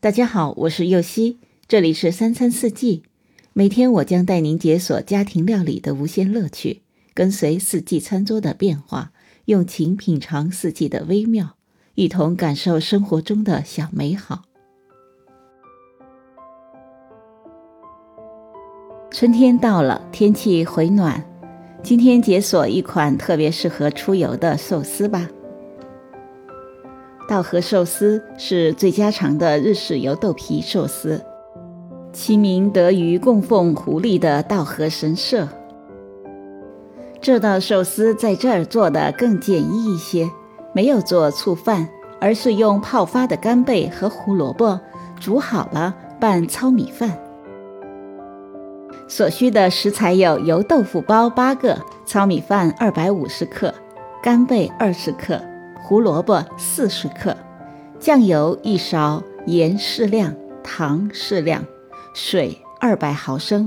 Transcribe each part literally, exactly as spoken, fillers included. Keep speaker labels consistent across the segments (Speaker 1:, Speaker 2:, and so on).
Speaker 1: 大家好，我是右希，这里是三餐四季。每天我将带您解锁家庭料理的无限乐趣，跟随四季餐桌的变化，用情品尝四季的微妙，一同感受生活中的小美好。春天到了，天气回暖，今天解锁一款特别适合出游的寿司吧。稻荷寿司是最家常的日式油豆皮寿司，其名得于供奉狐狸的稻荷神社。这道寿司在这儿做的更简易一些，没有做醋饭，而是用泡发的干贝和胡萝卜煮好了拌糙米饭。所需的食材有油豆腐包八个，糙米饭二百五十克，干贝二十克，胡萝卜四十克，酱油一勺，盐适量，糖适量，水二百毫升。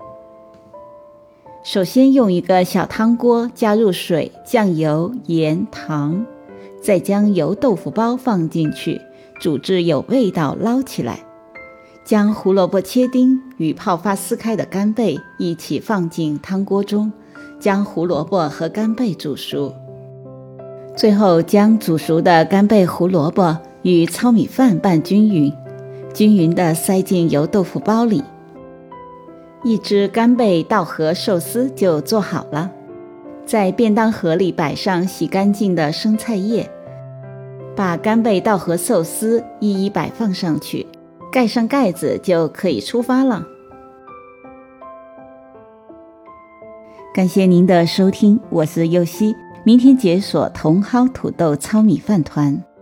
Speaker 1: 首先用一个小汤锅加入水、酱油、盐、糖，再将油豆腐包放进去，煮至有味道捞起来。将胡萝卜切丁与泡发撕开的干贝一起放进汤锅中，将胡萝卜和干贝煮熟。最后将煮熟的干贝、胡萝卜与糙米饭拌均匀，均匀地塞进油豆腐包里。一只干贝稻荷寿司就做好了。在便当盒里摆上洗干净的生菜叶，把干贝稻荷寿司一一摆放上去，盖上盖子就可以出发了。感谢您的收听，我是右希。明天解锁茼蒿土豆糙米饭团。